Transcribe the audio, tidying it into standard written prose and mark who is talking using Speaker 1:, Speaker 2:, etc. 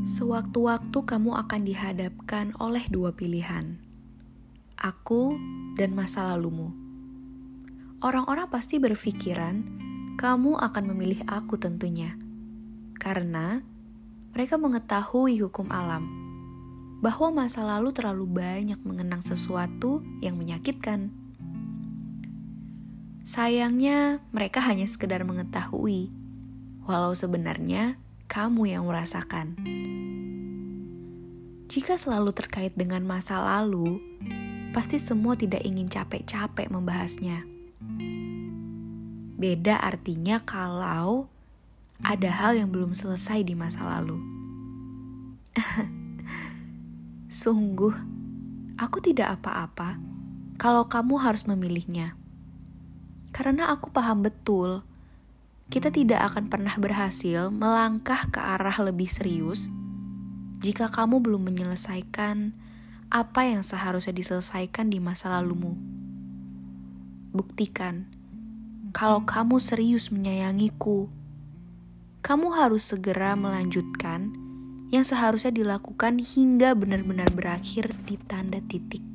Speaker 1: Sewaktu-waktu kamu akan dihadapkan oleh dua pilihan, aku dan masa lalumu. Orang-orang pasti berpikiran kamu akan memilih aku tentunya, karena mereka mengetahui hukum alam, bahwa masa lalu terlalu banyak mengenang sesuatu yang menyakitkan. Sayangnya mereka hanya sekedar mengetahui, walau sebenarnya kamu yang merasakan. Jika selalu terkait dengan masa lalu, pasti semua tidak ingin capek-capek membahasnya. Beda artinya kalau ada hal yang belum selesai di masa lalu. Sungguh, aku tidak apa-apa kalau kamu harus memilihnya. Karena aku paham betul, kita tidak akan pernah berhasil melangkah ke arah lebih serius jika kamu belum menyelesaikan apa yang seharusnya diselesaikan di masa lalumu. Buktikan, kalau kamu serius menyayangiku, kamu harus segera melanjutkan yang seharusnya dilakukan hingga benar-benar berakhir di tanda titik.